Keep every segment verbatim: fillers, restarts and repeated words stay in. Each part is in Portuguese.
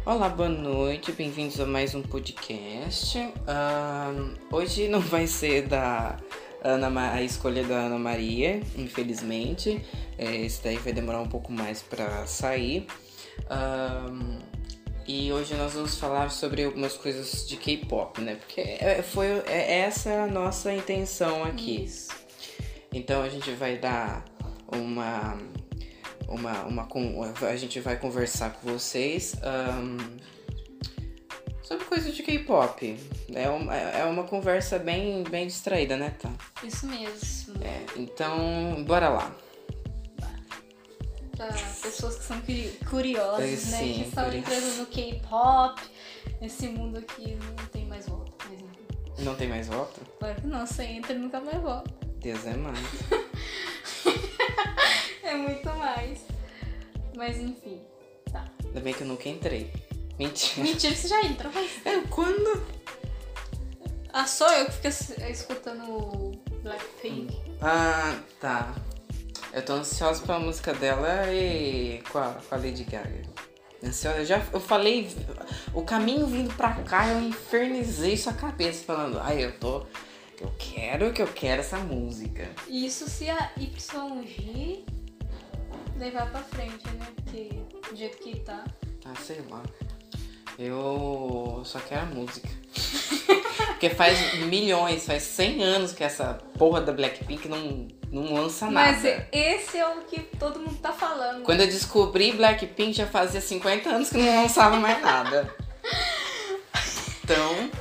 Olá, boa noite, bem-vindos a mais um podcast. Ahn, hoje não vai ser da Ana, Ma- a escolha da Ana Maria, infelizmente. É, esse daí vai demorar um pouco mais para sair. Ahn, e hoje nós vamos falar sobre algumas coisas de K-pop, né? Porque é, foi, é essa a nossa intenção aqui. Isso. Então a gente vai dar uma. Uma, uma, com- a gente vai conversar com vocês ahn, sobre coisas de K-pop. É uma, é uma conversa bem, bem distraída, né, tá? Isso mesmo. É, então, bora lá. Para pessoas que são curi- curiosas, É, né? sim, Que estão curi- entrando no K-pop. Esse mundo aqui não tem mais volta. Mas enfim. Não tem mais volta? Claro que não, você entra e nunca mais volta. Deus é mais. É muito mais. Mas enfim, tá. Ainda bem que eu nunca entrei. Mentira. Mentira, você já entrou, mas... É, quando? Ah, sou eu que fico es- escutando Blackpink. Ah, tá. Eu tô ansiosa pela música dela e com a, com a Lady Gaga. Ansiosa, eu já eu falei, o caminho vindo pra cá, eu infernizei sua cabeça falando, ai, eu tô, eu quero que eu quero essa música. Isso se a Y G levar pra frente, né? Porque do jeito que tá... Ah, sei lá. Eu só quero a música. Porque faz milhões, faz cem anos que essa porra da Blackpink não, não lança nada. Mas esse é o que todo mundo tá falando. Quando eu descobri Blackpink já fazia cinquenta anos que não lançava mais nada. Então,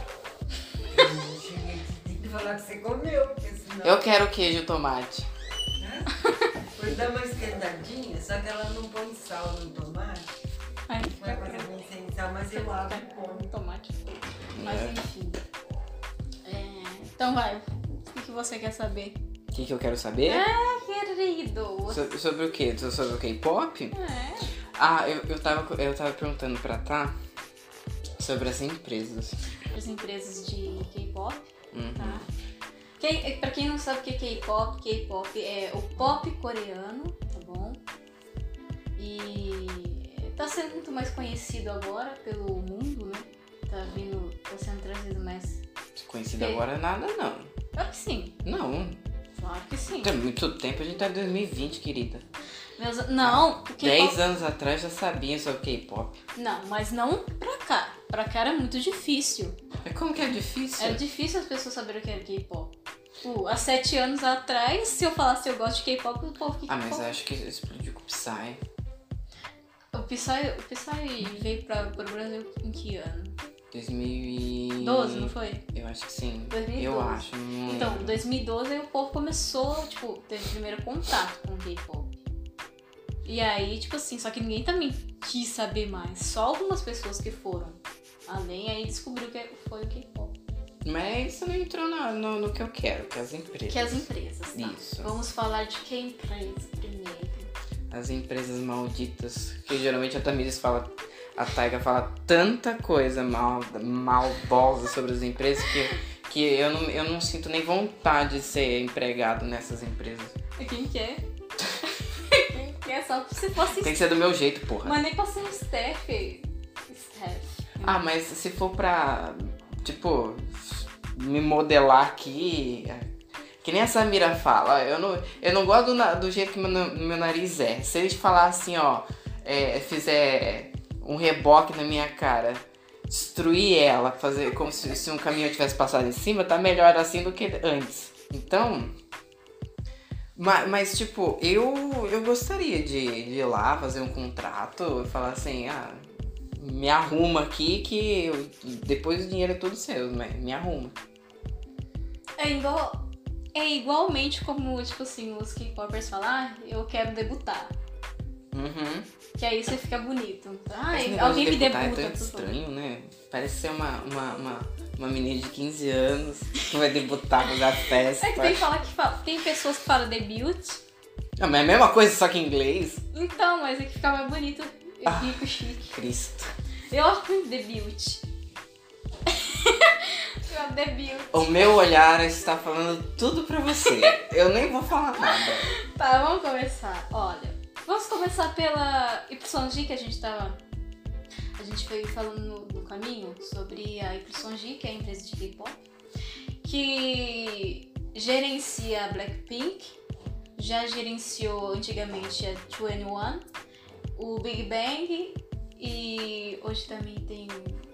Tem que falar que você comeu, porque senão... eu quero queijo e tomate. Depois dá uma esquentadinha, só que ela não põe sal no tomate. Ai, Uma fica coisa bem sem sal, mas eu abro e como. tomate. Mas É. enfim. É, então vai. O que que você quer saber? O que, que eu quero saber? Ah, querido. So- sobre o quê? So- Sobre o K-pop? É. Ah, eu, eu, tava, eu tava perguntando pra Tá sobre as empresas. As empresas de K-pop, Uhum. tá? Quem, pra quem não sabe o que é K-pop, K-pop é o pop coreano, tá bom? E tá sendo muito mais conhecido agora pelo mundo, né? Tá vindo, tá sendo trazido mais. Conhecida Sim. agora nada, não. Claro que sim, Não. claro que sim. Tem muito tempo, a gente tá em dois mil e vinte, querida. Meus- não, o K-pop. Dez anos atrás já sabia sobre K-pop. Não, mas não pra cá. Pra cá era muito difícil. Mas como que é difícil? Era difícil as pessoas saberem o que era K-pop. Tipo, há sete anos atrás, se eu falasse que eu gosto de K-pop, o povo que Ah, mas acho que explodiu com o Psy. O Psy, o Psy veio pra, pro Brasil em que ano? dois mil e doze, não foi? Eu acho que sim. dois mil e doze. Eu acho. Não Então, lembro. em dois mil e doze aí o povo começou, tipo, teve o primeiro contato com o K-pop. E aí, tipo assim, só que ninguém também quis saber mais. Só algumas pessoas que foram além, aí descobriu que foi o K-pop. Mas isso não entrou no, no, no que eu quero, que é as empresas. Que é as empresas, tá? Isso. Vamos falar de que empresa primeiro. As empresas malditas. Que geralmente a Tamiris fala, a Taiga fala tanta coisa mal, maldosa sobre as empresas que, que eu, não, eu não sinto nem vontade de ser empregado nessas empresas. E quem quer? Quem quer? Só se fosse... Tem que ser do meu jeito, porra. Mas nem pra ser um staff. Staff. Ah, mas se for pra, tipo, me modelar aqui, que nem a Samira fala, eu não, eu não gosto do, na- do jeito que meu, na- meu nariz é. Se eles falar assim, ó, é, fizer um reboque na minha cara, destruir ela, fazer como se, se um caminhão tivesse passado em cima, tá melhor assim do que antes. Então, mas, mas tipo, eu, eu gostaria de, de ir lá, fazer um contrato e falar assim, ah... Me arruma aqui que eu- depois o dinheiro é tudo seu, mas me arruma. É igual... É igualmente como, tipo assim, os K-popers falam, ah, eu quero debutar. Uhum. Que aí você fica bonito. Ah, Esse negócio alguém de me debutar debuta. é tão por favor. estranho, né? Parece ser uma, uma, uma, uma menina de quinze anos que vai debutar, fazer a festa. É que tem, fala que fala, tem pessoas que falam debut. Não, mas é a mesma coisa, só que em inglês. Então, mas é que fica mais bonito. Eu Ah. fico chique. Cristo. Eu acho que debut. Eu debut. O meu olhar está falando tudo pra você. Eu nem vou falar nada. Tá, vamos começar. Olha, vamos começar pela Y G que a gente tava... A a gente foi falando no, no caminho sobre a Y G, que é a empresa de K-pop, que gerencia a Blackpink, já gerenciou antigamente a vinte e um, o Big Bang e hoje também tem,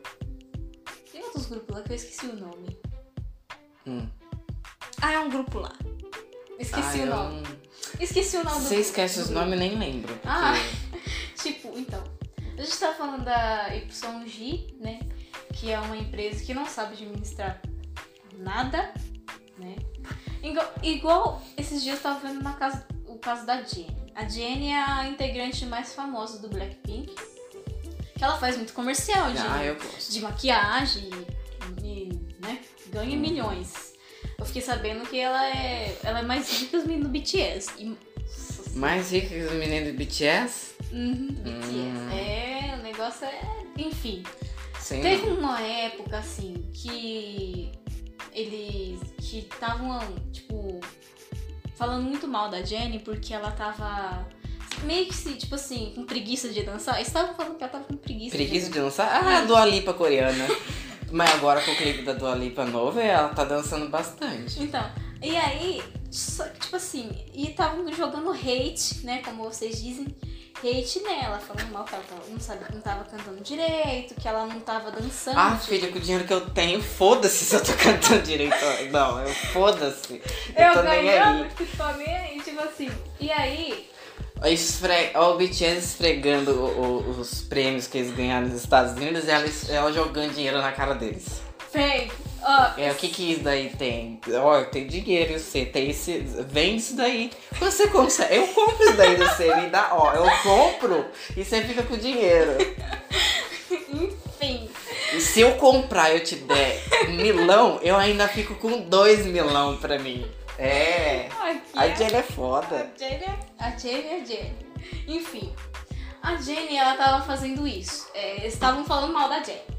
tem outros grupos lá que eu esqueci o nome. Hum. Ah, é um grupo lá. Esqueci ah, o nome. Eu... Esqueci o nome Você do Você esquece os nomes e nem lembro. Porque... Ah, tipo, então. A gente tá falando da Y G, né? Que é uma empresa que não sabe administrar nada, né? Igual, igual esses dias eu tava vendo na casa, o caso da Jennie. A Jennie é a integrante mais famosa do Blackpink. Que ela faz muito comercial de, ah, eu gosto. de maquiagem e, né? Ganha hum. milhões. Eu fiquei sabendo que ela é, ela é mais rica que os meninos do B T S. E, mais rica que os meninos do B T S? Uhum, B T S. Hum. É, o negócio é... Enfim. Sim, Teve não. uma época, assim, que eles... Que estavam, tipo... Falando muito mal da Jennie porque ela tava... Meio que, se, tipo assim, com preguiça de dançar. Eles estavam falando que ela tava com preguiça, Preguiça de de dançar? Ah, a Dua Lipa coreana. Mas agora com o clipe da Dua Lipa novo, ela tá dançando bastante. Então, e aí, só que, tipo assim, e estavam jogando hate, né, como vocês dizem, hate nela, falando mal que ela não, sabe, não tava cantando direito, que ela não tava dançando. Ah, filha, com o dinheiro que eu tenho, foda-se se eu tô cantando direito. Não, eu foda-se. Eu, Eu tô nem ganhando, aí. que tô nem aí, tipo assim. E aí... Esfre... Ó, o B T S esfregando o, o, os prêmios que eles ganharam nos Estados Unidos e ela, ela jogando dinheiro na cara deles. Fake. Ó, É, o que que isso daí tem? Ó, eu tenho dinheiro, e você tem esse... Vende isso daí. Você consegue... Eu compro isso daí, você me dá... Ó, eu compro e você fica com o dinheiro. Enfim. E se eu comprar e eu te der um milão, eu ainda fico com dois milão pra mim. É. Aqui A é- Jennie é foda. A Jennie, é- a Jennie é a Jennie. Enfim, a Jennie, ela tava fazendo isso. É, eles estavam falando mal da Jennie.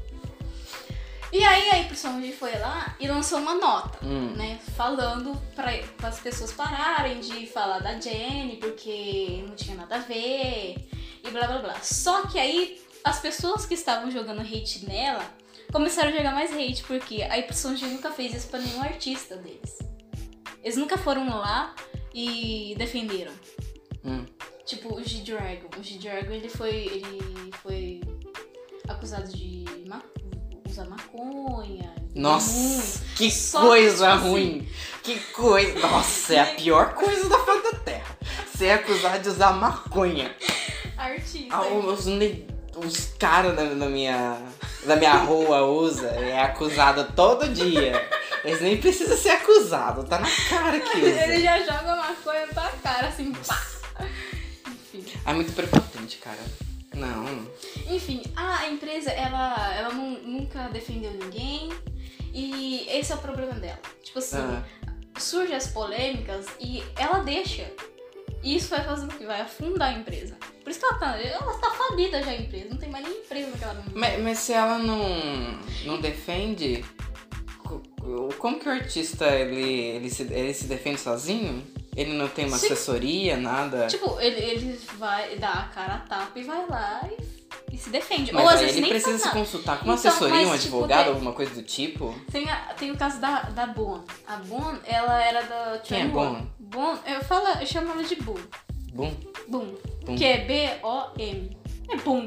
E aí a Y G foi lá e lançou uma nota, Hum. né? Falando para as pessoas pararem de falar da Jennie porque não tinha nada a ver e blá blá blá. Só que aí as pessoas que estavam jogando hate nela começaram a jogar mais hate porque a Y G nunca fez isso pra nenhum artista deles. Eles nunca foram lá e defenderam. Hum. Tipo, o G-Dragon. O G-Dragon, ele foi, ele foi acusado de ma- usar maconha. Nossa, muito. que Só coisa que, tipo ruim. Que coisa... Nossa, é a pior coisa da face da Terra. Ser acusado de usar maconha. Artista. Ah, os ne- os caras da, da minha, da minha rua usa, é acusado todo dia. Eles nem precisam ser acusados, tá na cara que Ele usa. já joga maconha na tua cara, assim, pá. Enfim. É muito prepotente, cara. Não. Enfim, a empresa, ela, ela nu- nunca defendeu ninguém e esse é o problema dela. Tipo assim, Ah. surgem as polêmicas e ela deixa. E isso vai fazendo o que? Vai afundar a empresa. Por isso que ela tá, ela tá falida já a empresa, não tem mais nem empresa naquela não. Mas, mas se ela não, não defende, co- como que o artista ele, ele, se, ele se defende sozinho? Ele não tem uma Sim. assessoria, nada? Tipo, ele, ele vai dar a cara a tapa e vai lá e, e se defende. Mas Ou às aí vezes ele nem precisa faz se nada. consultar com uma Então, assessoria, mas, um tipo, advogado, tem- alguma coisa do tipo? Tem, a- tem o caso da, da Bon. A Bon, ela era da... Quem é vinte e um. Bon? Bon, eu, falo, eu chamo ela de Boom. Bom. Boom. Boom. Que é B O M. É Boom.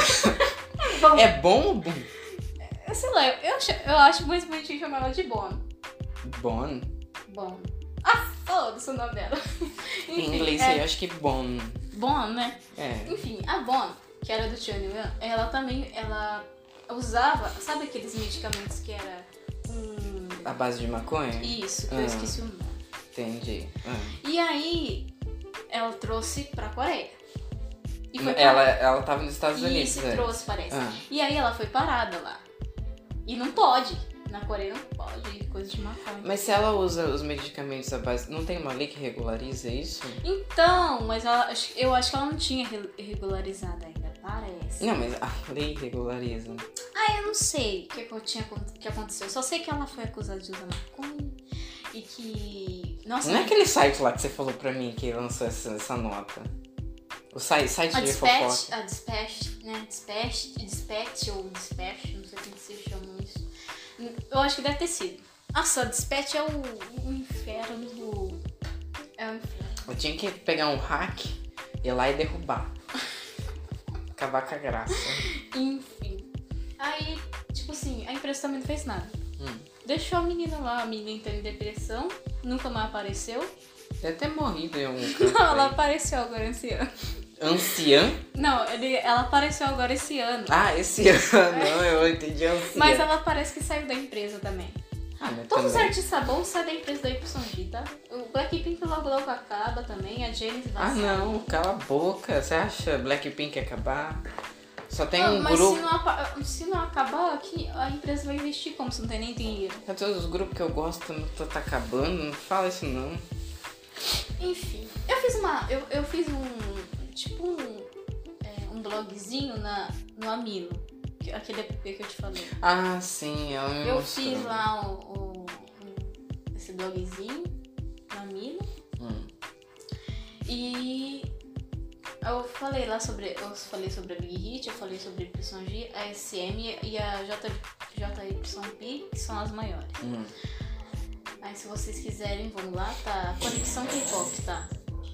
é Boom. É bom ou bom? Eu sei lá, eu, acho- eu acho mais bonitinho chamar ela de Bon. Bom. Bon. Ah, foda-se o nome dela. Em Enfim, inglês é eu acho que bom. Bon, né? É. Enfim, a Bon, que era do vinte e um, ela também, ela usava, sabe aqueles medicamentos que era um... A base de maconha? Isso, que Ah. eu esqueci o nome. Entendi. Ah. E aí, ela trouxe pra Coreia. E foi Ela, parada. ela tava nos Estados Unidos. Isso, antes. trouxe, parece. Ah. E aí ela foi parada lá. E não pode. Na Coreia não pode, coisa de maconha. Mas se ela usa os medicamentos à base. Não tem uma lei que regulariza isso? Então, mas ela, eu acho que ela não tinha re- regularizado ainda, parece. Não, mas a lei regulariza. Ah, eu não sei o que, que, tinha, que aconteceu. Eu só sei que ela foi acusada de usar maconha e que... Nossa, Não é aquele site lá que você falou pra mim que lançou essa, essa nota. O site, site A de Dispatch, fofoca. a Dispatch, né? Dispatch, Dispatch ou Dispatch, não sei como se chamam isso. Eu acho que deve ter sido. Nossa, a Dispatch é o, o inferno do... É o inferno. Eu tinha que pegar um hack, ir lá e derrubar. Acabar com a graça. Enfim. Aí, tipo assim, a empresa também não fez nada. Hum. Deixou a menina lá, a menina entrou em depressão, nunca mais apareceu. Deve ter morrido em algum canto. Não, ela aí. apareceu agora esse ano. Anciã? Não, ele, ela apareceu agora esse ano. Ah, esse ano. Eu entendi anciã. Mas ela parece que saiu da empresa também. Ah, mas Todos os também. artistas bons saem da empresa da Y G, tá? O Blackpink logo logo acaba também, a Janis vai Ah, sair. não. Cala a boca. Você acha Blackpink acabar? Só tem Não, um mas grupo... se não, apa- se não acabar, aqui, a empresa vai investir como se não tem nem dinheiro. Todos os grupos que eu gosto não tá, tá acabando. Não fala isso, não. Enfim, eu fiz uma. Eu, eu fiz um. Tipo um. É, um blogzinho na, no Amino. que- Aquele app que eu te falei. Ah, sim. Ela me Eu mostrou. fiz lá o, o- o- esse blogzinho no Amino. Hum. E eu falei lá sobre. Eu falei sobre a Big Hit, eu falei sobre a Y G, a S M e a J, JYP, que são as maiores. Hum. Aí se vocês quiserem, vamos lá, tá? Conexão K-pop, tá?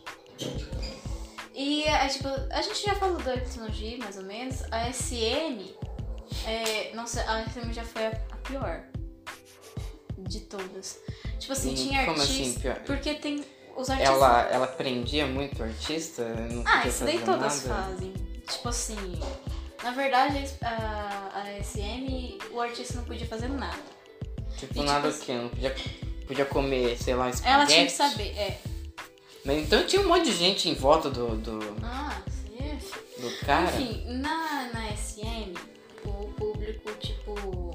E é, tipo, a gente já falou da Y G, mais ou menos. A S M, é, nossa, a S M já foi a, a pior de todas. Tipo assim, Hum, tinha como artistas. assim, pior? Porque tem os artistas. Ela, ela prendia muito o artista? Não Ah, podia isso daí fazer todas nada? fazem. Tipo assim, na verdade a, a S M, o artista não podia fazer nada. Tipo, E, nada tipo, o quê? Não podia, podia comer, sei lá, espaguete? Ela tinha que saber, é. Mas então tinha um monte de gente em volta do, do, Ah, sim. do cara. Enfim, na, na S M, o público, tipo.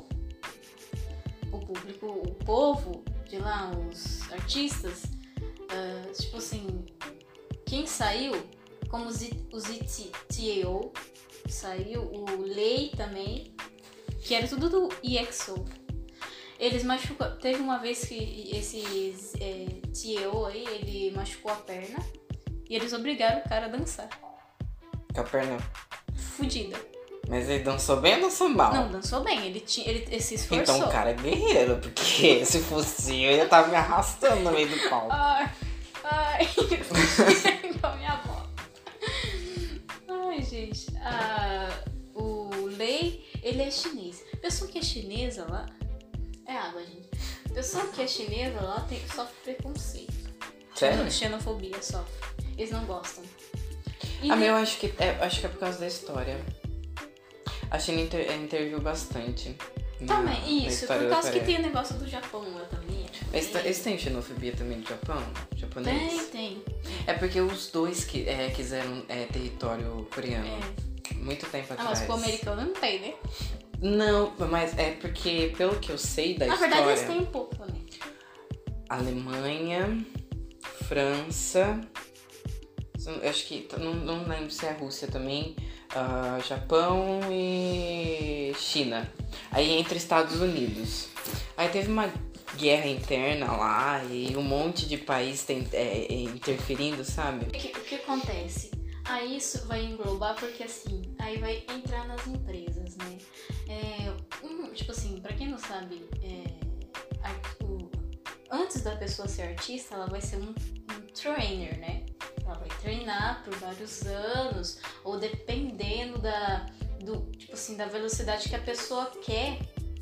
O público, o povo de lá, os artistas, ah, tipo assim, quem saiu, como os, I- os I T A O, saiu, o Lei também, que era tudo do E X O. Eles machucam. Teve uma vez que esses é, T A O aí, ele machucou a perna e eles obrigaram o cara a dançar. Com a perna. Fudida. Mas ele dançou bem ou dançou mal? Não, dançou bem. Ele, tinha, ele, ele se esforçou. Então o cara é guerreiro, porque se fosse eu, eu ia estar me arrastando no meio do palco. Ai, ai. Igual minha avó. Ai, gente. Ah, o Lei, ele é chinês. Pessoa que é chinesa lá... É água, gente. Pessoa que é chinesa lá tem, sofre preconceito. Sério? Xenofobia sofre. Eles não gostam. E Ah, tem- meu, eu acho que, é, acho que é por causa da história. A China inter, interviu bastante. na- Também, na isso. história Por da causa que Coreia. tem o negócio do Japão lá também. Mas tá- eles têm xenofobia também do Japão? Japonês? Tem, tem. É porque os dois que, é, quiseram é, território coreano. É. Muito tempo Ah, atrás. mas pro americano não tem, né? Não, mas é porque, pelo que eu sei da Na história... verdade, eles têm um pouco também. Alemanha, França, eu acho que, não, não lembro se é a Rússia também, ah, Japão e China. Aí entre Estados Unidos. Aí teve uma guerra interna lá e um monte de país tem, é, é, interferindo, sabe? O que, o que acontece? Aí isso vai englobar porque assim, aí vai entrar nas empresas, né? É, um, tipo assim, pra quem não sabe, é, a- o- antes da pessoa ser artista, ela vai ser um, um trainer, né? Ela vai treinar por vários anos, ou dependendo da, do, tipo assim, da velocidade que a pessoa quer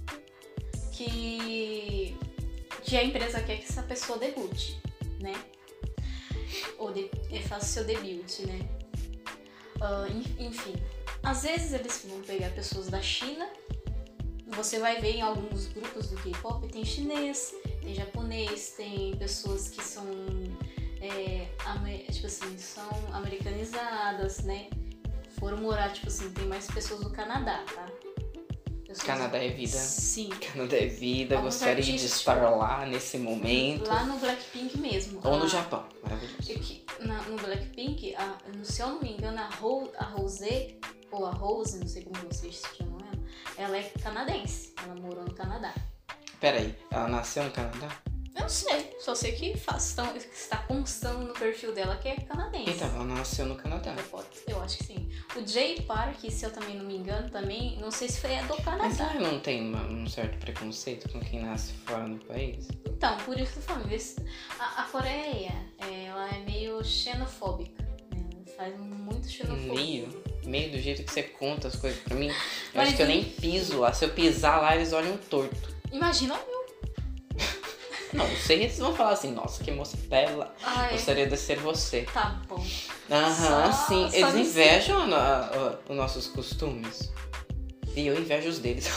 que, que a empresa quer que essa pessoa debute, né? Ou de, faça seu debut, né? Uh, en- enfim, às vezes eles vão pegar pessoas da China. Você vai ver em alguns grupos do K-pop tem chinês, tem japonês, tem pessoas que são é, ame- tipo assim, são americanizadas, né? Foram morar, tipo assim, tem mais pessoas do Canadá, tá? Pessoas- Canadá é vida. Sim. Canadá é vida, Alguns gostaria de artistas, estar tipo, lá nesse momento. Lá no Blackpink mesmo. Ou no a- Japão, maravilhoso. Eu que- na- no Blackpink, a, se eu não me engano, a, Ro, a Rosé, ou a Rose, não sei como vocês chamam ela, ela é canadense. Ela morou no Canadá. Pera aí, ela nasceu no Canadá? Eu não sei, só sei que faz, então, está constando no perfil dela que é canadense. Então, ela nasceu no Canadá. Eu, posso- eu acho que sim. O Jay Park, se eu também não me engano, também, não sei se foi a do Mas Canadá. ela não tem uma- um certo preconceito com quem nasce fora do país? Então, por isso que eu tô falando, esse- a, a Coreia, é, ela é meio xenofóbica, né? Ela faz muito xenofobia. Meio, meio do jeito que você conta as coisas pra mim. Eu Mas acho que eu nem enfim. piso lá. Se eu pisar lá, eles olham torto. Imagina o meu. Não, sei, eles vão falar assim, nossa, que moça bela. Ai, Gostaria de ser você. tá bom. Aham, Só- sim. só Eles me invejam a- a- a- os nossos costumes. E eu invejo os deles.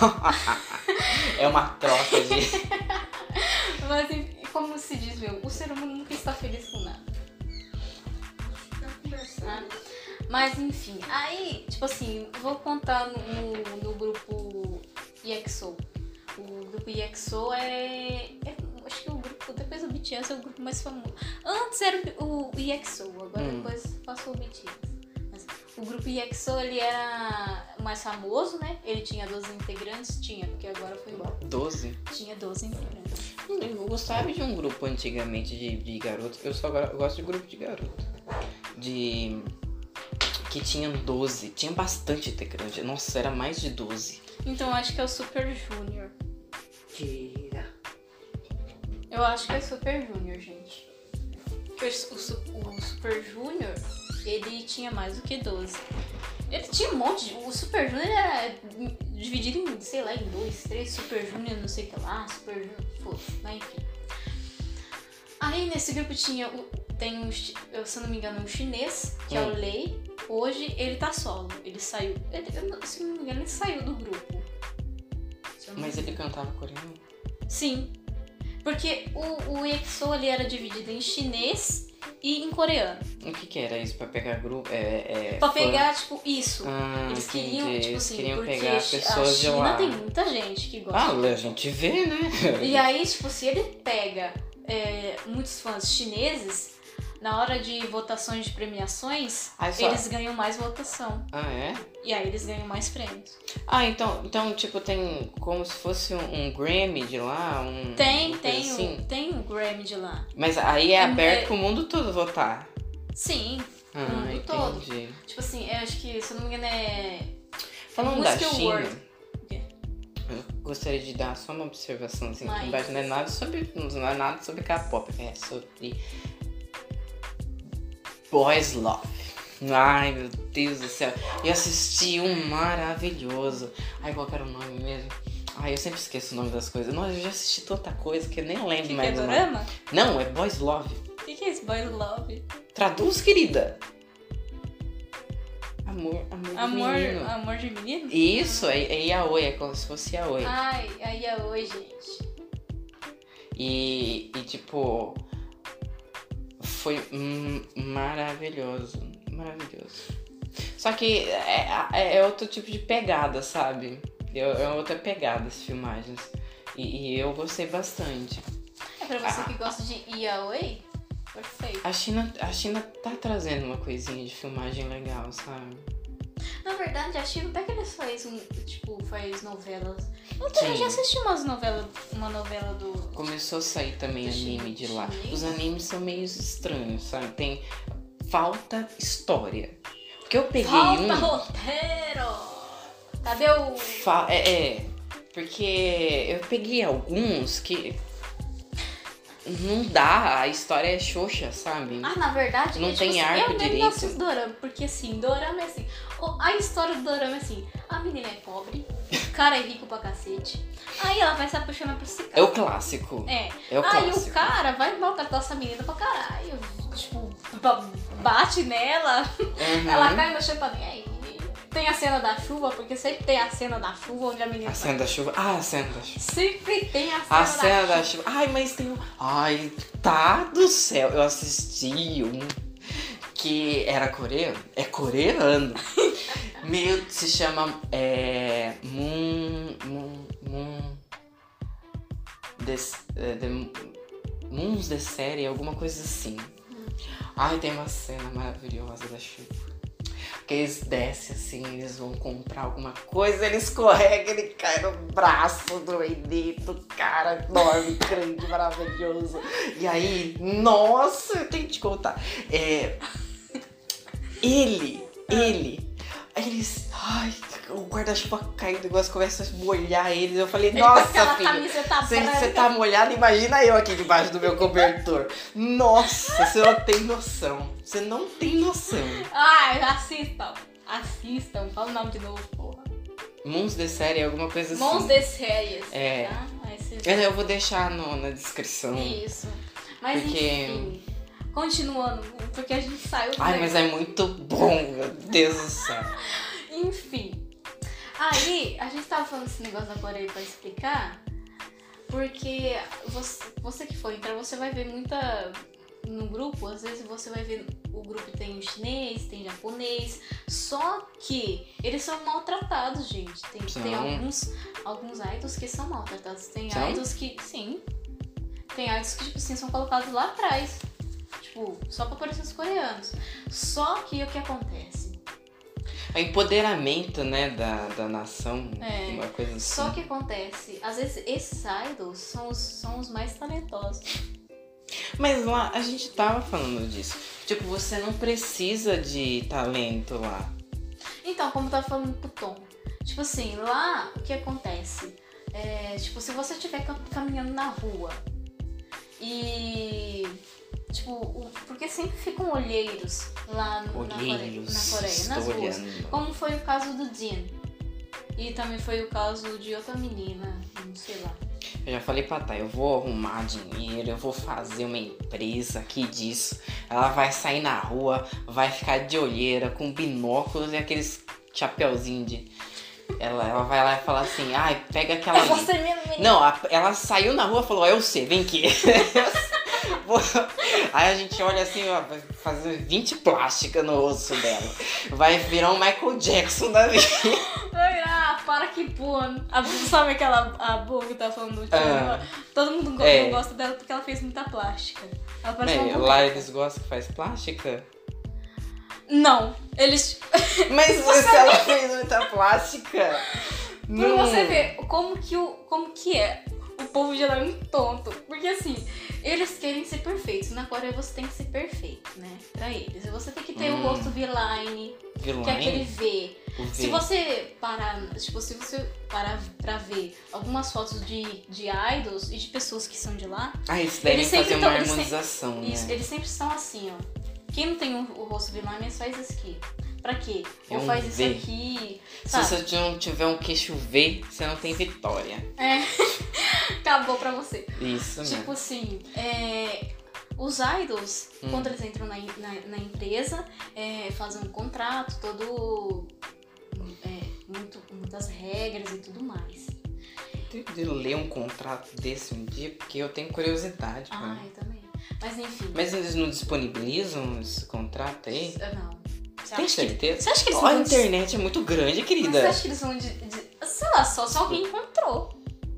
É uma troca de... Mas enfim, como se diz, meu, o ser humano nunca está feliz com nada. Fica conversando. Né? Mas enfim, aí, tipo assim, eu vou contar no, no, no grupo E X O. O grupo E X O é, é. Acho que o grupo, depois do B T S, é o grupo mais famoso. Antes era o E X O, agora Hum. depois passou o B T S. Mas o grupo E X O ele era mais famoso, né? Ele tinha doze integrantes, tinha, porque agora foi embora. doze? Tinha doze integrantes. Eu gostava de um grupo antigamente de, de garotos. Eu só go- eu gosto de grupo de garoto. De... Que tinham doze. Tinha bastante integrante. Nossa, era mais de doze. Então eu acho que é o Super Junior. Tira. Eu acho que é Super Junior, gente. Porque O, Su- o Super Junior, ele tinha mais do que doze. Ele tinha um monte de... O Super Junior era dividido em, sei lá, em dois, três Super Junior, não sei o que lá, Super Junior, foda-se, mas enfim. Aí nesse grupo tinha, o, tem um, chi- eu, se eu não me engano, um chinês, que é o Hum. Lei. Hoje ele tá solo, ele saiu, ele, eu não- se eu não me engano, ele saiu do grupo. Se eu não me Mas ele cantava coreano? Sim, porque o, o E X O ele era dividido em chinês e em coreano. O que que era isso? Pra pegar grupo? É, é, Pra fã? pegar, tipo, isso. Ah, Eles queriam, entendi. tipo Eles assim, queriam porque pegar as a pessoas de China lá. tem muita gente que gosta. Ah, a gente vê, né? E aí, tipo, se ele pega é, muitos fãs chineses, na hora de votações de premiações, Aí só- eles ganham mais votação. Ah, é? E aí eles ganham mais prêmios. Ah, então, então tipo, tem como se fosse um, um Grammy de lá? Um, Tem, uma coisa tem, assim? o, tem o Grammy de lá. Mas aí é É- aberto é- pro mundo todo votar. Sim, Ah, o mundo todo. entendi. Tipo assim, eu acho que, se eu não me engano, é... Falando da Music China, Award. O quê? eu gostaria de dar só uma observação assim, que Mas- embaixo não é nada sobre. Não é nada sobre K-pop, é sobre Boys Love. Ai, meu Deus do céu. Eu assisti um maravilhoso. Ai, qual que era o nome mesmo? Ai, eu sempre esqueço o nome das coisas. Nossa, eu já assisti tanta coisa que eu nem O lembro que, que é mais o nome. dorama? Não, é Boys Love. O que, que é esse Boy Love? Traduz, querida. Amor, amor, de Amor, menino. amor de menino? Isso, é, é yaoi, é como se fosse yaoi. Ai, aí é hoje, gente. E, e tipo, foi hum, maravilhoso, maravilhoso. Só que é, é, é outro tipo de pegada, sabe? É, é outra pegada as filmagens. E, e eu gostei bastante. É pra você que gosta de yaoi? Perfeito. A China, a China tá trazendo uma coisinha de filmagem legal, sabe? Na verdade, a China até que eles faz um, tipo, faz novelas. Eu Sim. até já assisti umas novelas, uma novela do... Começou a sair também Do anime de lá. chinês. Os animes são meio estranhos, sabe? Tem falta história. Porque eu peguei Falta um... roteiro! Cadê o... Fa- É, é, porque eu peguei alguns que não dá, a história é xoxa, sabe? Ah, na verdade, Não é, tem tipo, arco assim, eu mesmo direito. não assisto dorama, porque assim, dorama é assim, o- a história do dorama é assim, a menina é pobre, o cara é rico pra cacete, aí ela vai se apaixonar por esse É cara. o clássico. É, É o aí clássico. o cara vai maltratar essa menina pra caralho, tipo, ba- bate nela, Uhum. ela cai no chão e fala, e aí? Tem a cena da chuva, porque sempre tem a cena da chuva onde a menina A cena da chuva. Ah, a cena da chuva. sempre tem a cena, A da, cena chuva. da chuva. Ai, mas tem um. Ai, tá do céu. Eu assisti um que era coreano. É coreano. Meu, se chama. É. Moon. Moon. Moon. Des, é, the, Moons de série, alguma coisa assim. Ai, tem uma cena maravilhosa da chuva. que eles descem assim, eles vão comprar alguma coisa, ele escorrega, ele cai no braço do Benito, cara enorme, grande, maravilhoso. E aí, nossa, eu tenho que te contar. É, ele, ele, aí eles, ai, o guarda-chuva cai, o negócio começa a molhar eles. Eu falei, nossa, filho, se você tá molhado, imagina eu aqui debaixo do meu cobertor. Nossa, você não tem noção. Você não tem noção. Ai, assistam. Assistam. Fala o nome de novo, porra. Mons de série, alguma coisa assim. Mons de séries. É. Tá? Esses... Eu vou deixar no, na descrição. Isso. Mas porque... enfim. Continuando, porque a gente saiu do Ai, negócio. mas é muito bom, meu Deus do céu. Enfim. Aí, a gente tava falando desse negócio da Coreia pra explicar, porque você, você que for entrar, você vai ver muita... No grupo, às vezes você vai ver o grupo tem chinês, tem japonês, só que eles são maltratados, gente. Tem, tem alguns, alguns idols que são maltratados. Tem são? idols que, sim, tem idols que, tipo assim, são colocados lá atrás. Tipo, só pra aparecer os coreanos. Só que o que acontece? O empoderamento, né, da, da nação, É, uma coisa assim. Só que acontece, às vezes esses idols são os, são os mais talentosos. Mas lá, a gente tava falando disso. Tipo, você não precisa de talento lá. Então, como eu tava falando pro Tom, tipo assim, lá o que acontece? É, tipo, se você estiver caminhando na rua e... Tipo, o, porque sempre ficam olheiros lá no, olheiros, na Coreia, na Coreia nas ruas. Olhando. Como foi o caso do Jin. E também foi o caso de outra menina, não sei lá. Eu já falei pra Thay, eu vou arrumar dinheiro, eu vou fazer uma empresa aqui disso. Ela vai sair na rua, vai ficar de olheira, com binóculos e aqueles chapeuzinho de... Ela, ela vai lá e fala assim, ai, pega aquela É ali. você mesmo, menina. Não, a, ela saiu na rua e falou, eu sei, vem aqui. Aí a gente olha assim, ó, vai fazer vinte plásticas no osso dela. Vai virar um Michael Jackson da vida. Ah, para que porra. A, sabe aquela a boa que tá falando do time? Ah, Todo mundo go- é. não gosta dela porque ela fez muita plástica. Ela parece É, uma lá boneca. eles gostam que faz plástica? Não, eles... Mas se ela fez muita plástica... Pra não. você ver como que, o, como que é. O povo de lá é muito tonto. Porque assim, eles querem ser perfeitos. Na Coreia você tem que ser perfeito, né? Pra eles. E você tem que ter Hum. o rosto V-line, Vilão, que é aquele V. o V. Se você parar, tipo, se você parar pra ver algumas fotos de, de idols e de pessoas que são de lá, Ah, eles devem Eles sempre fazer tão- uma eles sempre- harmonização, isso, né? eles sempre estão assim, ó. Quem não tem o, o rosto V-line, eles faz isso aqui. Pra quê? É Ou um faz isso V. aqui, Se sabe? você não tiver um queixo V, você não tem vitória. É. Acabou pra você. Isso mesmo. Tipo assim, é, os idols, Hum. quando eles entram na, na, na empresa, é, fazem um contrato todo... é, muito, muitas regras e tudo mais. Eu tenho de ler um contrato desse um dia, porque eu tenho curiosidade. Ah, cara. eu também. Mas enfim. Mas eles não disponibilizam esse contrato aí? Ah, Não. Você Tem acha que- certeza? Você acha que eles Ó, a vão... internet é muito grande, Mas querida. você acha que eles vão de, de... Sei lá, só se alguém encontrou.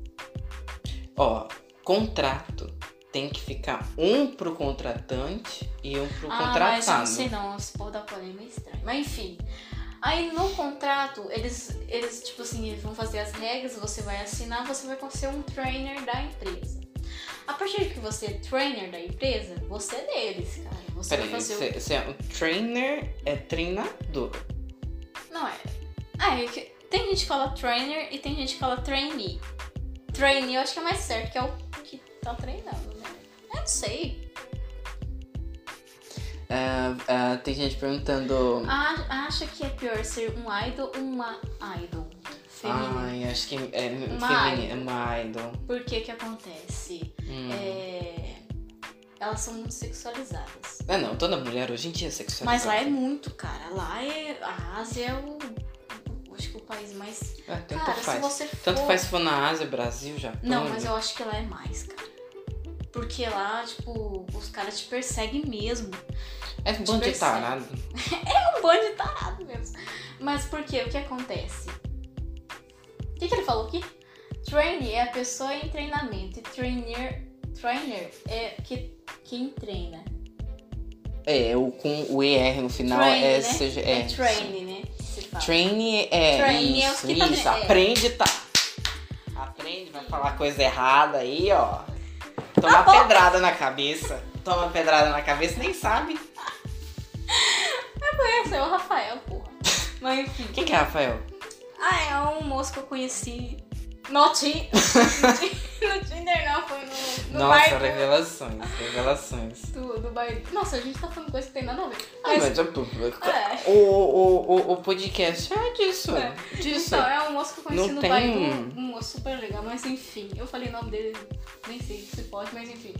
Ó, contrato tem que ficar um pro contratante e um pro Ah, mas eu contratado. não sei não, esse povo da Coreia é meio estranho. Mas enfim, aí no contrato, eles, eles tipo assim, eles vão fazer as regras, você vai assinar, você vai ser um trainer da empresa. A partir que você é trainer da empresa, você é deles, cara. Você Peraí, vai fazer você, você é o trainer, é treinador. o... Não, é... Ah, é que tem gente que fala trainer e tem gente que fala trainee. Trainee eu acho que é mais certo, que é o que tá treinando, né? Eu não sei. Ah, ah, tem gente perguntando. A- Acha que é pior ser um idol ou uma idol feminina? Ai, acho que é Uma feminino, é uma idol. Por que que acontece? Hum. É, elas são muito sexualizadas. Ah, não, toda mulher hoje em dia é sexualizada. Mas lá é muito, cara. Lá é... A Ásia é o... Acho que o país mais... Ah, tanto Cara, faz. se você for... Tanto faz se for na Ásia, Brasil, Japão. Não, mas eu acho que lá é mais, cara. Porque lá, tipo, os caras te perseguem mesmo. É bom de persegue. tarado. É um bando de tarado mesmo. Mas por quê? O que acontece? O que, que ele falou aqui? Trainee é a pessoa em treinamento. E trainer, trainer é que, quem treina. É, o com o E R no final Train, é, né? seja, É, é train, né? Se fala. Train é Train é os isso, que tá- isso, é. aprende, tá? Aprende, vai falar coisa errada aí, ó. Toma Ah, uma pedrada na cabeça. Toma uma pedrada na cabeça, nem sabe. Eu conheço, é o Rafael, porra. Mas enfim. Quem que é Rafael? Ah, é um moço que eu conheci no Tinder. No Tinder não, foi no, no Nossa, bairro revelações, revelações. do, do bairro. Nossa, a gente tá falando coisa que tem nada a ver. Ah, Mas, mas eu- é. o, o, o, o podcast é disso. É. Disso. Então, é um moço que eu conheci Não no tem- bairro. Um, um moço super legal, mas enfim. Eu falei o nome dele, nem sei se pode, mas enfim.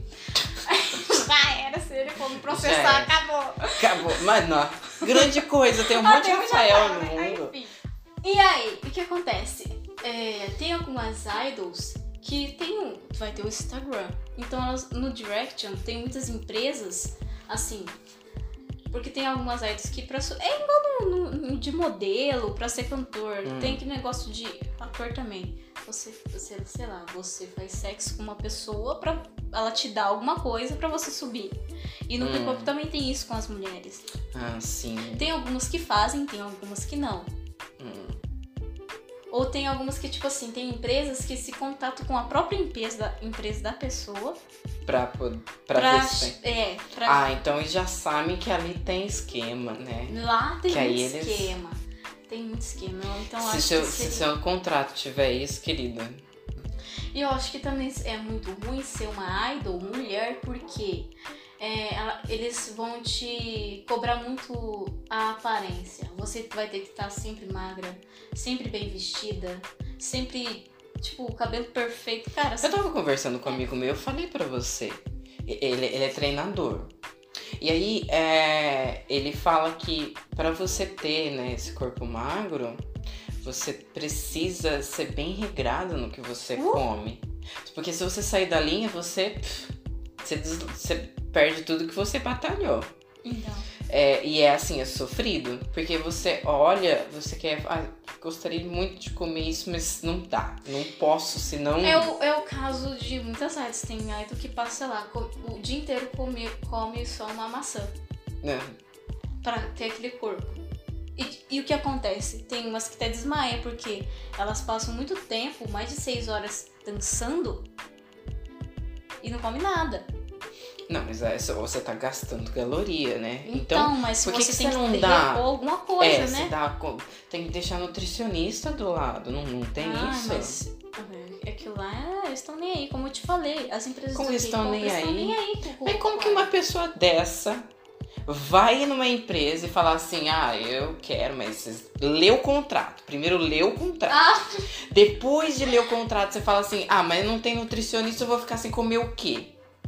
Já era, se ele for me Já processar, era. acabou. Acabou. Mas não. Grande coisa, tem um Ah, monte de tem um Rafael Rafael, no né? mundo. Enfim. E aí, o que acontece? É, tem algumas idols que tem um, vai ter o Instagram. Então elas no Direction tem muitas empresas assim, porque tem algumas idols que pra, su- é igual no, no- de modelo pra ser cantor. Hum. Tem que negócio de ator também. Você, você, sei lá, você faz sexo com uma pessoa pra ela te dar alguma coisa pra você subir. E no Hum. K-pop também tem isso com as mulheres. Ah, sim. Tem algumas que fazem, tem algumas que não. Hum. Ou tem algumas que, tipo assim, tem empresas que se contatam com a própria empresa da, empresa da pessoa Pra, pod- pra, pra, ver se tem. é, pra Ah, então eles já sabem que ali tem esquema, né? lá tem que muito aí eles- esquema. Tem muito esquema. Então eu Se acho seu, que se seria... seu contrato tiver isso, querida. E eu acho que também é muito ruim ser uma idol mulher, porque é, ela- eles vão te cobrar muito a aparência. Você vai ter que estar sempre magra, sempre bem vestida, sempre, tipo, o cabelo perfeito. Cara, Eu tava conversando com um amigo meu, eu falei pra você. Ele, ele é treinador. E aí, é, ele fala que pra você ter, né, esse corpo magro, você precisa ser bem regrado no que você Uh! come. Porque se você sair da linha, você, pff, você, des- você perde tudo que você batalhou. então. É, e é assim, é sofrido. Porque você olha, você quer... Ah, gostaria muito de comer isso, mas não dá. Não posso, senão... É o, é o caso de muitas idols. Tem idol que passa, sei lá, co- o dia inteiro come, come só uma maçã Né? pra ter aquele corpo. E, e o que acontece? Tem umas que até desmaia, porque elas passam muito tempo, mais de seis horas dançando e não come nada. Não, mas é só você tá gastando caloria, né? Então, mas se por que você que tem você que não ter- dá- repor alguma coisa, é, né? você dá, co- tem que deixar nutricionista do lado, não, não tem ah, isso? mas é que lá eles estão nem aí, como eu te falei. As empresas Como do eles estão K-pop, nem eles estão aí? nem aí com o Mas como que corpo. uma pessoa dessa vai numa empresa e falar assim, ah, eu quero, mas você lê o contrato. Primeiro lê o contrato. Ah, Depois de ler o contrato, você fala assim, ah, mas não tem nutricionista, eu vou ficar sem comer o quê?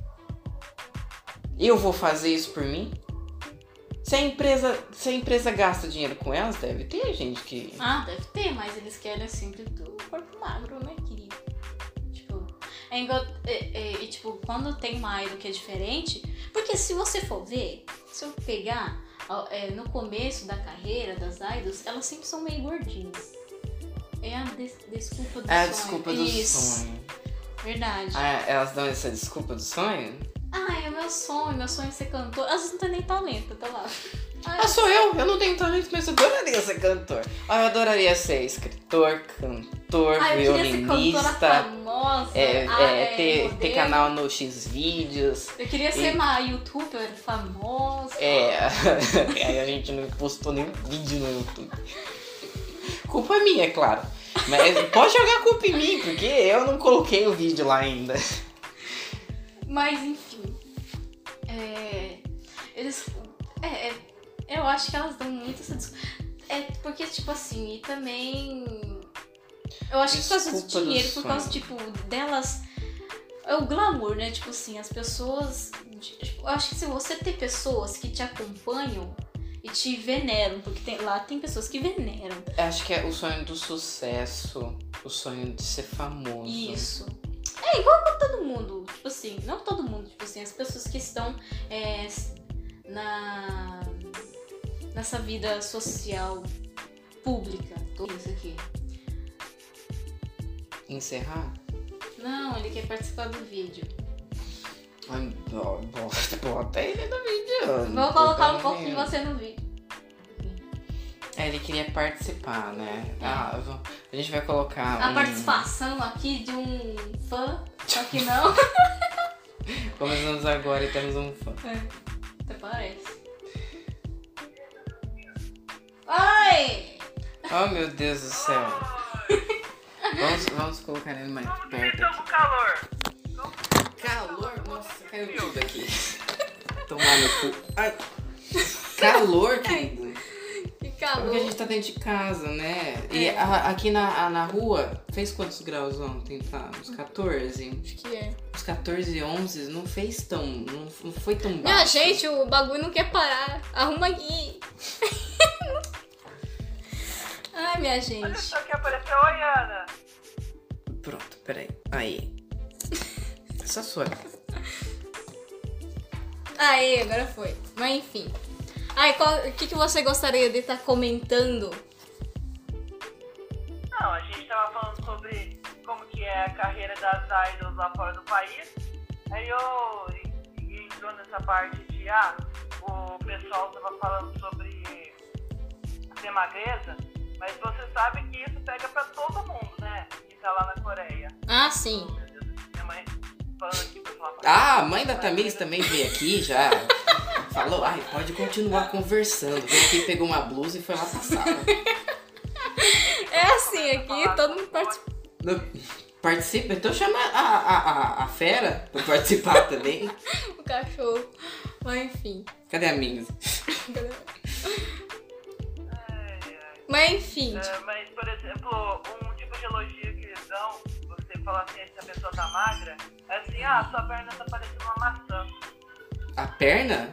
Eu vou fazer isso por mim? Se a empresa, se a empresa gasta dinheiro com elas, deve ter gente que... ah, deve ter, mas eles querem sempre do corpo magro, né, querido? Tipo, é igual. É, é, e tipo, quando tem uma idol que é diferente. Porque se você for ver, se eu pegar ó, é, no começo da carreira das idols, elas sempre são meio gordinhas. É a des- desculpa do É a sonho. desculpa do Isso, sonho. verdade. Ah, elas dão essa desculpa do sonho? Ah, é meu sonho, meu sonho é ser cantor. Às vezes não tem nem talento, tá lá. Ah, Ah, sou eu, eu não tenho talento, mas eu adoraria ser cantor. Ah, eu adoraria ser escritor, cantor, ah, eu queria ser cantora violinista. famosa. É, ah, é, ter, modelo. ter canal no Xvideos. Eu queria ser E- uma youtuber famosa. É, aí a gente não postou nenhum vídeo no YouTube. Culpa minha, é claro. Mas pode jogar a culpa em mim, porque eu não coloquei o vídeo lá ainda. Mas enfim. É, eles. É, é, eu acho que elas dão muito essa desculpa. É porque, tipo assim, e também. Eu acho que por causa do Desculpa do dinheiro, por causa, sonho. tipo, delas. É o glamour, né? Tipo assim, as pessoas. Tipo, eu acho que se você ter pessoas que te acompanham e te veneram, porque tem- lá tem pessoas que veneram. Acho que é o sonho do sucesso, o sonho de ser famoso. Isso. É igual com todo mundo. Tipo assim, não todo mundo, tipo assim, as pessoas que estão é, na nessa vida social pública. Tudo isso aqui. Encerrar? Não, ele quer participar do vídeo. Bota ele no vídeo. Vou colocar um pouco de você no vídeo. É, ele queria participar, né? Ah, vou... A gente vai colocar A um... participação aqui de um fã, só que não. Começamos agora e temos um fã. É, até parece. Oi! Oh, meu Deus do céu. Vamos, vamos colocar ele mais perto Tô aqui. com calor. Calor? Nossa, caiu tudo aqui. Tomar no cu. Ai. Calor, querido. Que Porque calor. a gente tá dentro de casa, né? E a- aqui na, a- na rua, fez quantos graus ontem? Tá? Uns quatorze? Acho que é. Uns quatorze, onze, não fez tão... Não, não foi tão baixo. Minha gente, o bagulho não quer parar. Arruma aqui. Ai, minha Olha gente. só que apareceu. Oi, Ana. Pronto, peraí. Aí. Essa sua. Aí, agora foi. Mas enfim. Ai, qual- o que, que você gostaria de estar comentando? Não, a gente tava falando sobre como que é a carreira das idols lá fora do país. Aí eu e- e entrou nessa parte de, ah, o pessoal tava falando sobre ser magreza, mas você sabe que isso pega pra todo mundo, né? Que tá lá na Coreia. Ah, sim. Meu Deus, minha mãe falando aqui pra falar. Ah, a mãe da Tamires também veio aqui já. Falou, ai, pode continuar conversando. Veio aqui, pegou uma blusa e foi lá pra sala. É assim, aqui todo mundo participa. Participa, então chama a, a, a, a fera pra participar também. O cachorro. Mas enfim. Cadê a Minhas? Ai, ai. Mas enfim. É, mas, por exemplo, um tipo de elogio que eles dão, você fala assim, se a pessoa tá magra, é assim, ah, sua perna tá parecendo uma maçã. A perna?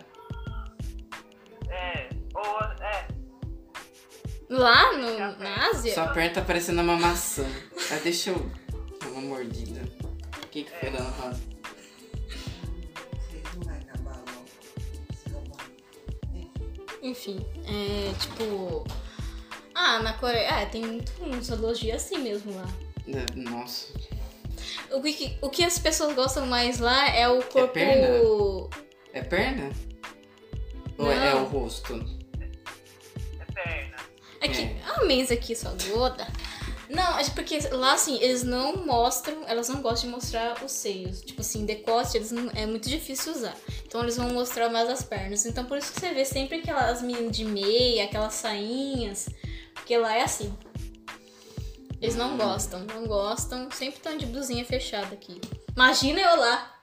É, ou, é, Lá no, na Ásia? Sua perna tá parecendo uma maçã. Ah, deixa eu dar uma mordida. O que que foi, Dona Rosa? Vocês não vai acabar logo. Precisa acabar. Enfim, é tipo. Ah, na Coreia. É, tem muito uns elogios assim mesmo lá. Nossa. O que, o que as pessoas gostam mais lá é o corpo. perna? É perna? Ou é, é Não. o rosto? é perna. É que É. a mesa aqui, sua gorda. Não, é porque lá assim, eles não mostram, elas não gostam de mostrar os seios. Tipo assim, decote, eles não, é muito difícil usar. Então eles vão mostrar mais as pernas. Então por isso que você vê sempre aquelas meninas de meia, aquelas sainhas. Porque lá é assim. Eles não gostam, não gostam. Sempre estão de blusinha fechada aqui. Imagina eu lá.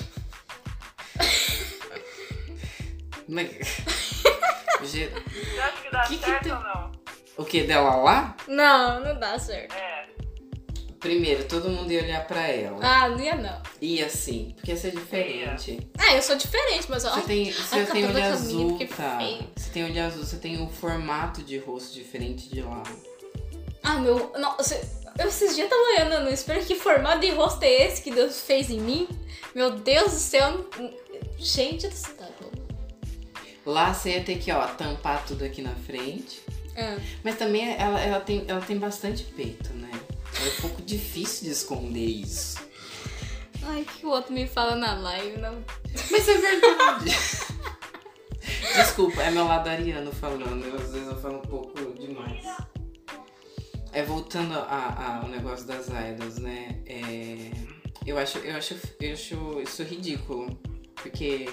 Mas... Ge- Você acha que dá Que que certo tem? ou não? O que, dela lá? Não, não dá certo. É, Primeiro, todo mundo ia olhar pra ela. Ah, não ia não. Ia sim, porque ia ser diferente. Ah, eu sou diferente, mas Você ai, tem, a você tem cabelo olho da azul, Camila, que tá? feio. Você tem olho azul, você tem um formato de rosto diferente de lá. Ah, meu. Nossa, eu esses dias tava olhando no espelho, que formato de rosto é esse que Deus fez em mim? Meu Deus do céu. Gente do céu. Lá você ia ter que, ó, tampar tudo aqui na frente. Ah. Mas também ela, ela, tem, ela tem bastante peito, né? É um pouco difícil de esconder isso. Ai, que o outro me fala na live, não. Mas é verdade. Desculpa, é meu lado ariano falando. Eu, às vezes eu falo um pouco demais. É, voltando a- a- ao negócio das idols, né? É, eu, acho, eu, acho, eu acho isso ridículo. Porque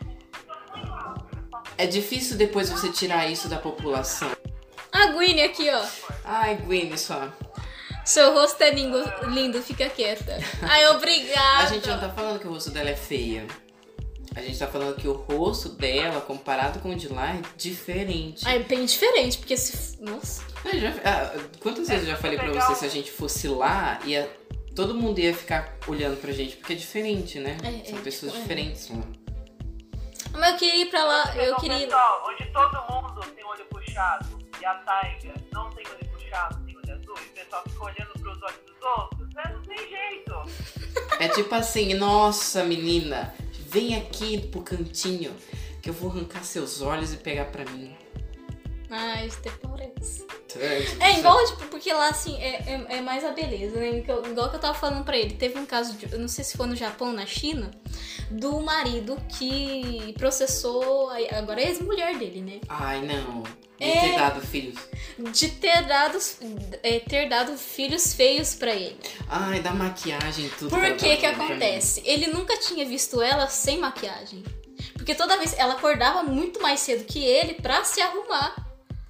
é difícil depois você tirar isso da população. A Gwynne aqui, ó. Ai, Gwynne, só. Seu rosto é lindo, lindo, fica quieta. Ai, obrigada. A gente não tá falando que o rosto dela é feia. A gente tá falando que o rosto dela, comparado com o de lá, é diferente. Ah, é bem diferente, porque se. Nossa. Eu já- ah, quantas vezes eu já falei pra você, se a gente fosse lá, ia, todo mundo ia ficar olhando pra gente, porque é diferente, né? É, São é, pessoas tipo, é. diferentes lá. Mas eu queria ir pra lá, eu então, queria ir. pessoal, onde todo mundo tem olho puxado e a Taiga não tem olho puxado, tem olho azul, e o pessoal fica olhando pros olhos dos outros, né? Não tem jeito. É tipo assim, nossa menina, vem aqui pro cantinho, que eu vou arrancar seus olhos e pegar pra mim. Ai, de ter parece. É, É igual, tipo, porque lá, assim, é, é, é mais a beleza, né? Igual igual que eu tava falando pra ele. Teve um caso, de, eu não sei se foi no Japão ou na China, do marido que processou, a- agora é a ex-mulher dele, né? Ai, não. De É. ter dado filhos. De ter dado, é, ter dado filhos feios pra ele. Ai, da maquiagem e tudo. Por ela que que tava falando pra acontece? Ele nunca tinha visto ela sem maquiagem. Porque toda vez ela acordava muito mais cedo que ele pra se arrumar.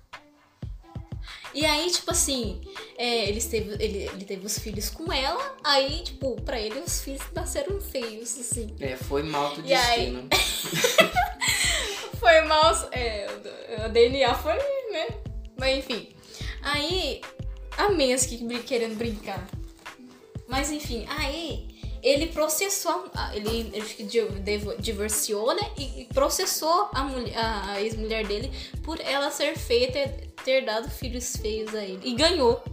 E aí, tipo assim, é, eles teve, ele, ele teve os filhos com ela, aí, tipo, pra ele os filhos nasceram feios, assim. mim. É, foi mal do E aí? destino. Foi mal, é, o D N A foi, né? Mas enfim. Aí, amei as que brin- querendo brincar. Mas enfim, aí ele processou, a- ele, ele acho que di- devo- divorciou, né? E, e processou a, mulher, a, a ex-mulher dele por ela ser feia e ter, ter dado filhos feios a ele. E ganhou.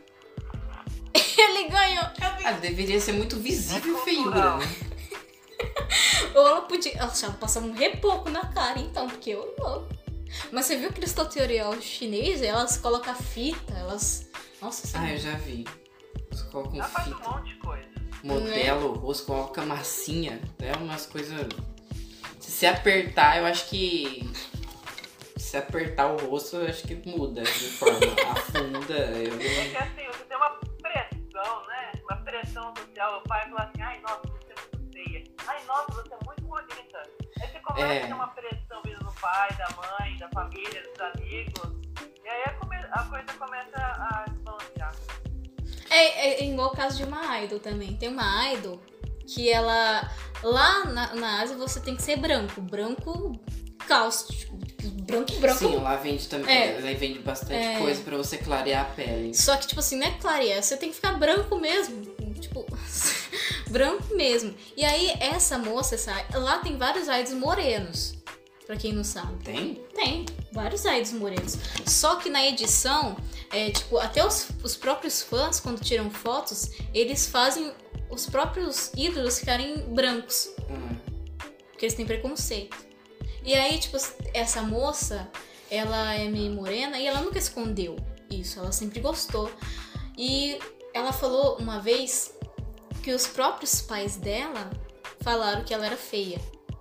Ele ganhou. Ah, deveria ser muito visível a feiura, né? Ou ela podia. Ela ela passava um repouco na cara, então, porque eu não. Mas você viu aqueles tutorial chinês? Elas colocam fita, elas. Nossa Ah, senhora. eu já vi. Eles colocam Ela faz um fita, monte de coisa. modela o rosto, coloca massinha. É umas coisas... Se você apertar, eu acho que... Se apertar o rosto, eu acho que muda de forma. Afunda. Eu É que não... assim, você tem uma pressão, né? Uma pressão social. O pai fala assim, ai, nossa, você é muito feia. Ai, nossa, você é muito bonita. Aí você começa É. a ter uma pressão vindo do pai, da mãe, da família, dos amigos. E aí a, come- a coisa começa a desbalancear. É, é, é igual o caso de uma idol também. Tem uma idol que ela. Lá na, na Ásia você tem que ser branco. Branco cáustico. Branco, branco. Sim, lá vende também. É. Ela vende bastante É. coisa pra você clarear a pele. Só que, tipo assim, não é clarear, você tem que ficar branco mesmo. Tipo, branco mesmo. E aí, essa moça, essa, lá tem vários idols morenos. Pra quem não sabe. Tem? Tem, vários idols morenos. Só que na edição, é, tipo, até os, os próprios fãs, quando tiram fotos, eles fazem os próprios ídolos ficarem brancos. Hum. Porque eles têm preconceito. E aí, tipo, essa moça, ela é meio morena e ela nunca escondeu isso, ela sempre gostou. E ela falou uma vez que os próprios pais dela falaram que ela era feia.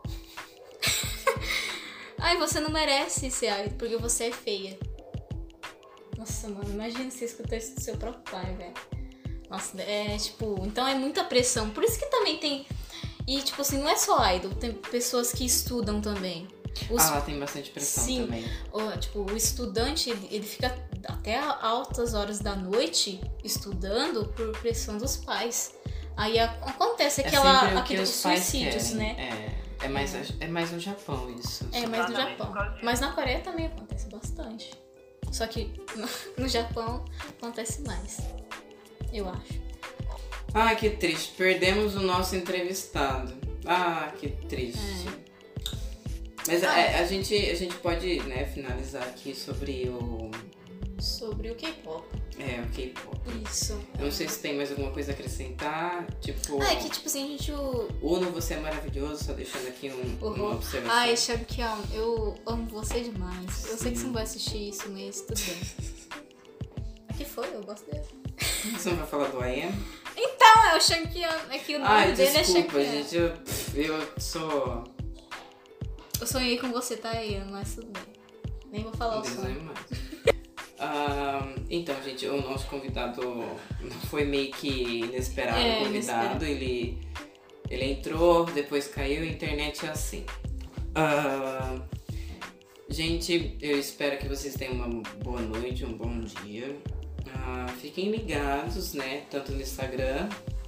Ai, você não merece ser idol porque você é feia. Nossa, mano, imagina você escutar isso do seu próprio pai, velho. Nossa, é tipo, então é muita pressão. Por isso que também tem. E, tipo assim, não é só idol, tem pessoas que estudam também. Os, Ah, lá tem bastante pressão Sim. também. o, tipo, o estudante, ele, ele fica até altas horas da noite estudando por pressão dos pais. Aí a- acontece É aquela, sempre o que aqueles os pais suicídios, querem. né? É, é, mais, é mais no Japão isso. É, mais no Exatamente Japão. por causa disso. Mas na Coreia também acontece bastante. Só que no, no Japão acontece mais. Eu acho. Ah, que triste. Perdemos o nosso entrevistado. Ah, que triste. É. Mas Ah. é, a, gente, a gente pode, né, finalizar aqui sobre o, Sobre o K-pop. é, o K-pop. Isso. Eu não sei se tem mais alguma coisa a acrescentar. Tipo, Ah, é que tipo assim, a gente. O... Uno, você é maravilhoso. Só deixando aqui um, uma Uhum. observação. Ai, Shabikion, eu amo você demais. Eu sei que Sim. você não vai assistir isso, mas tudo bem. O que foi? Eu gosto dele. Você não vai falar do I Am? Então, é o Shabikion. É que o nome Ai, dele desculpa, é Shabikion. gente. Eu, pff, eu sou... Eu sonhei com você, tá, Ian, mas tudo bem. Nem vou falar Não o sonho. desenho mais. Ah, então, gente, o nosso convidado foi meio que inesperado. É, o convidado, ele, ele entrou, depois caiu, a internet é assim. Ah, gente, eu espero que vocês tenham uma boa noite, um bom dia. Ah, fiquem ligados, né? Tanto no Instagram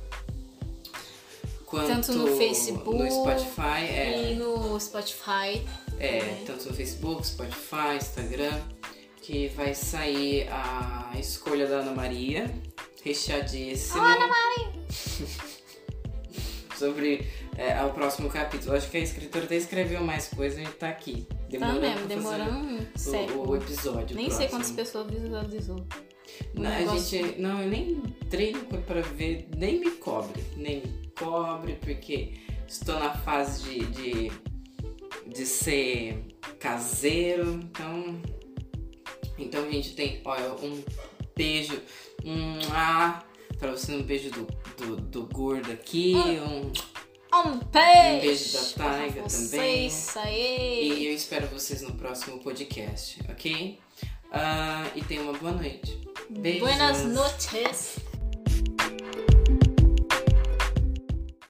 quanto Tanto no Facebook no Spotify. É, E no Spotify. é, também. tanto no Facebook, Spotify, Instagram, que vai sair a escolha da Ana Maria, recheadíssimo. Ana Maria! Sobre é, o próximo capítulo. Acho que a escritora até escreveu mais coisa e a gente tá aqui. Tá Demorando mesmo, pra demorando um fazer século. o, o episódio. Nem sei próximo. quantas pessoas visualizou. Não, a negócio- gente, não, eu nem treino pra ver, nem me cobre, nem me cobre, porque estou na fase de, de, de ser caseiro, então Então a gente tem, olha, um beijo um, ah, pra você, um beijo do, do, do gordo aqui, um, um beijo, um beijo da Taiga também. Isso aí. E eu espero vocês no próximo podcast, ok? Uh, e tenha uma boa noite. Beijos. Buenas noches.